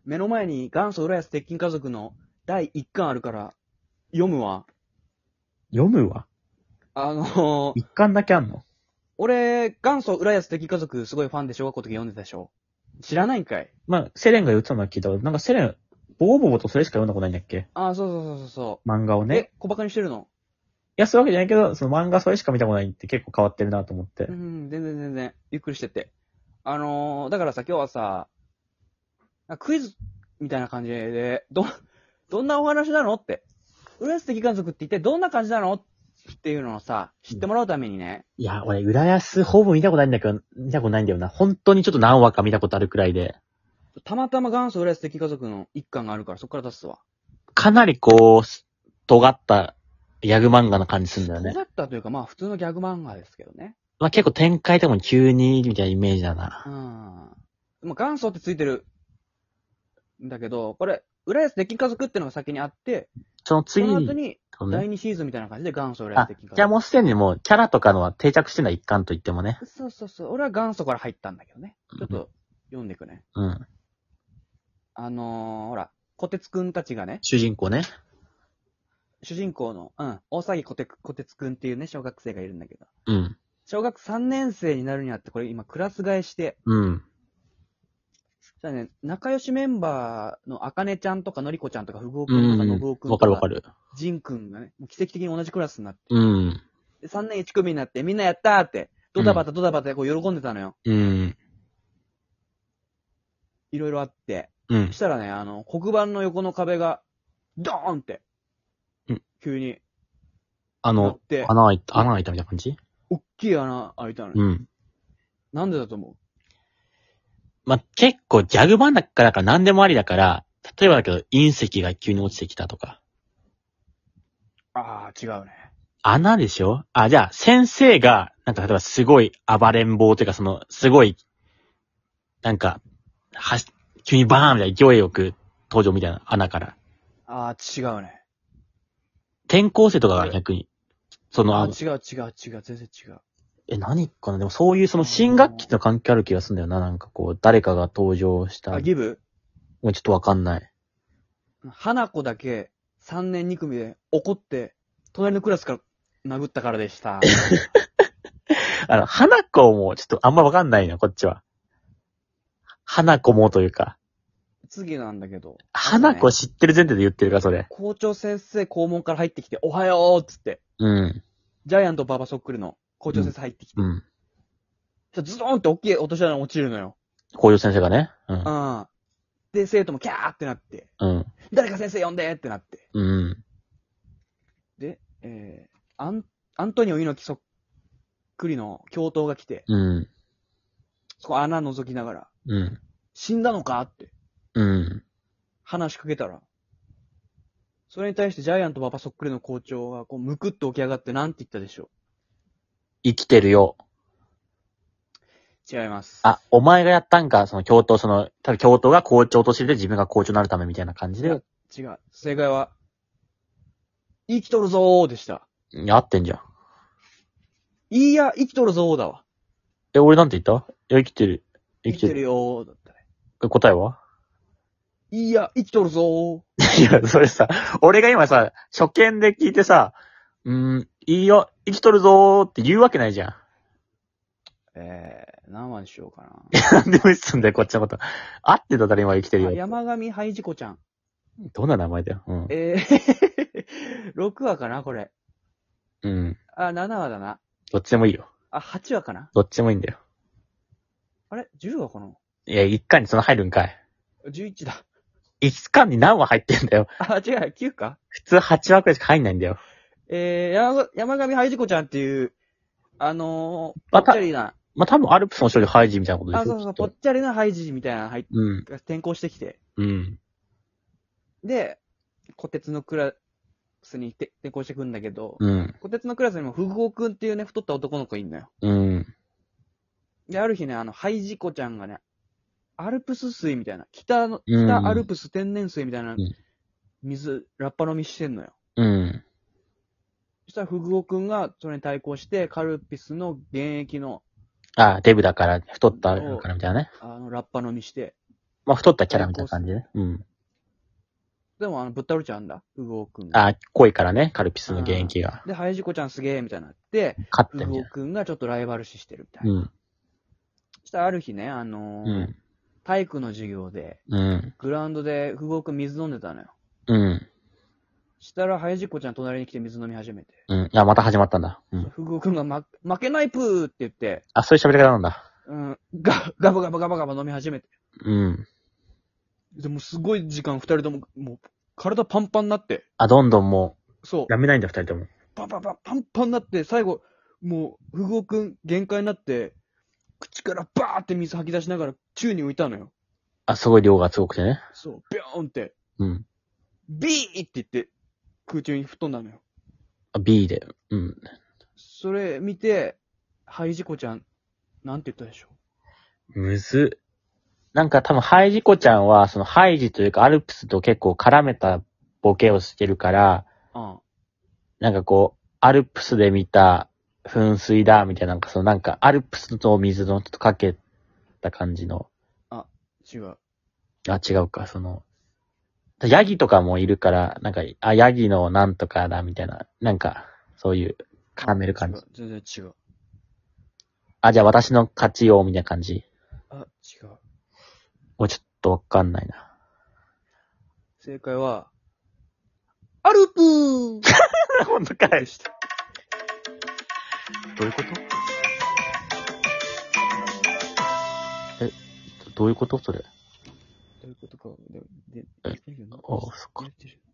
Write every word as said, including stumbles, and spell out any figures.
目の前に元祖浦安鉄筋家族のだいいっかんあるから、読むわ。 読むわ。 あのー、 一巻だけあんの？ 俺、元祖浦安鉄筋家族すごいファンで小学校の時読んでたでしょ。知らないんかい。 まあ、セレンが言ってたのは聞いたけど、なんかセレン、ボーボボとそれしか読んだことないんだっけ？ ああ、そうそうそうそうそう。 漫画をね。 え、小馬鹿にしてるの？ いや、そういうわけじゃないけど、その漫画それしか見たことないって結構変わってるなと思って。 うん、全然全然、ゆっくりしてて。あのー、だからさ、今日はさ、クイズみたいな感じで、ど、どんなお話なのって。浦安的家族って一体どんな感じなのっていうのをさ、知ってもらうためにね。 いや、俺、浦安ほぼ見たことないんだけど、見たことないんだよな。本当にちょっと何話か見たことあるくらいで。 たまたま元祖浦安的家族の一巻があるから、そっから出すわ。 かなりこう、尖ったギャグ漫画な感じするんだよね。 尖ったというか、まあ普通のギャグ漫画ですけどね。 まあ結構展開とかも急に、みたいなイメージだな。 うん。もう元祖ってついてるんだけど、これ、浦安鉄筋家族ってのが先にあって、 その次に、 その後に、 そうねだいにシーズンみたいな感じで元祖浦安あ鉄筋家族。 じゃあもうすでにもうキャラとかのは定着してない一巻と言ってもね。 そうそうそう。俺は元祖から入ったんだけどね。ちょっと読んでいくね。 うん。 あのー、ほら、小鉄くんたちがね、 主人公ね。 主人公の、うん、大崎小鉄小鉄くんっていうね、小学生がいるんだけど、 うん。 小学さんねん生になるにあって、これ今クラス替えして、 うん。 じゃあね、仲良しメンバーのあかねちゃんとかのりこちゃんとかふぐおうくんとかのん。 ぶおくんわとか、 かるわかる。 じんくんがね、もう奇跡的に同じクラスになって、 うん。 でさんねんいち組になってみんなやったーって、ドタバタドタバタこう喜んでたのよ。 うん。 いろいろあって。 うんそ。したらね、あの、黒板の横の壁が、ドーンって、 うん急に、 あのなっ、て、 穴開いた、穴開いたみたいな感じ？ おっきい穴開いたのよ。 うん。 なんでだと思う？ まあ、結構ギャグ漫画だから何でもありだから、例えばだけど隕石が急に落ちてきたとか。 ああ、違うね。 穴でしょ？あ、じゃあ先生が、なんか例えばすごい暴れん坊というかその、すごい、なんか、はし、急にバーンみたいな勢いよく登場みたいな穴から。 ああ、違うね。 転校生とかが逆に、その、 ああ、 あの違う違う違う、全然違う。 え、何かなでもそういうその新学期と関係ある気がするんだよな。なんかこう、誰かが登場した。 あ、ギブ？ もうちょっとわかんない。 花子だけさんねんに組で怒って、隣のクラスから殴ったからでした。 あの、花子もちょっとあんまわかんないな、こっちは。花子もというか。 次なんだけど。 花子ね、 知ってる前提で言ってるか、それ。 校長先生校門から入ってきて、おはようっつって、 うん。 ジャイアント馬場そっくりの校長先生入ってきて、 うん。 ズドーンって大きい落とし穴に落ちるのよ。 校長先生がね。うん。 うん。で、生徒もキャーってなって、 うん。 誰か先生呼んでってなって。 うん。 で、えー、アン、アントニオ猪木そっくりの教頭が来て、 うん。 そこ穴覗きながら、 うん。 死んだのかってうん。 話しかけたら、それに対してジャイアント馬場そっくりの校長がこうむくっと起き上がってなんて言ったでしょ生きてるよ。 う？違います。 あ、お前がやったんか、その教頭、その、多分教頭が校長として自分が校長になるためみたいな感じで。 違う。正解は、生きとるぞーでした。 いや、合ってんじゃん。 いいや、生きとるぞーだわ。 え、俺なんて言ったいや、生きてる。 生きてるよーだったね。 え、答えはいいや、生きとるぞー。 いや、それさ、俺が今さ、初見で聞いてさ、うーん、いいよ、生きとるぞーって言うわけないじゃん。 えー、何話にしようかなんで無視すんだよ、こっちのこと。合ってただろ、今生きてるな。あよ。 山上ハイジコちゃん。 どんな名前だよ。うん。 えー、ろくわかなこれ。 うん。 あ、ななわだな。 どっちでもいいよ。 あ、はちわかな。 どっちでもいいんだよ。 あれ ?じゅう 話かないや、一巻にその入るんかい。 じゅういちだ。 一巻に何話入ってんだよ。 あ、違う、きゅうか普通はちわくらいしか入んないんだよ。 えー、山山上ハイジコちゃんっていう、あのー、ぽまたっちゃりな、 まあ、多分アルプスの少女ハイジみたいなことでしょ。 あ、そうそうそう、 きっとぽっちゃりなハイジみたいな、はい、 うん。 転校してきて。 うん。 で、小鉄のクラスにて転校してくんだけど、 うん。 小鉄のクラスにもふぐおくんっていうね、太った男の子いんのよ。 うん。 で、ある日ね、あの、ハイジコちゃんがね、アルプス水みたいな、北の、 うん北アルプス天然水みたいなうん水、ラッパ飲みしてんのよ。 うん。 そしたらフグオくんがそれに対抗して、カルピスの現役の、 あ、デブだから、太ったからみたいなね。 あの、ラッパ飲みして、 まあ、太ったキャラみたいな感じでね。うん。 でも、あの、ぶったるちゃうんだ。うごうくんが。 あ、濃いからね、カルピスの原液が。 で、ハイジコちゃんすげえみたいになって、 勝ってうごうみたいくんがちょっとライバル視してるみたいな。 な。 うん。 そしたらある日ね、あのーうん。 体育の授業で、 うん。 グラウンドでうごうくん水飲んでたのよ。 うん。 したら、ハイジコちゃん隣に来て水飲み始めて。 うん。あ、また始まったんだ。うん。 ふごうくんが、ま、負けないプーって言って、 あ、そういう喋り方なんだ。 うん、ガガバガバガバガバ飲み始めて。 うん。 でもすごい時間二人とも、もう、体パンパンになって。 あ、どんどんもそうう、。やめないんだ、二人とも。 パンパンパンパンパンになって、最後、もう、ふごうくん限界になって、口からバーって水吐き出しながら宙に浮いたのよ。 あ、すごい量がすごくてね。 そう、ビョーンって、 うん。 ビーって言って、空中に吹っ飛んだのよ。 あ B で。うん。 それ見て、ハイジコちゃん、なんて言ったでしょむずっ。なんか多分、ハイジコちゃんは、そのハイジというかアルプスと結構絡めたボケをしてるから、 う。ああ。 なんかこう、アルプスで見た噴水だ、みたいな、なんかそのなんか、アルプスと水のちょっとかけた感じの。 違う。 あ、違うか、その、ヤギとかもいるから、なんか、あ、ヤギのなんとかだ、みたいな、なんか、そういう、絡める感じ。 違う全然違う。 あ、じゃあ私の勝ちよ、みたいな感じ。 あ、違う。 もうちょっとわかんないな。 正解は、アルプー本当かでした。 どういうことえ、どういうことそれ。 どういうことか。で、で、 えでああ、そっか。 やってる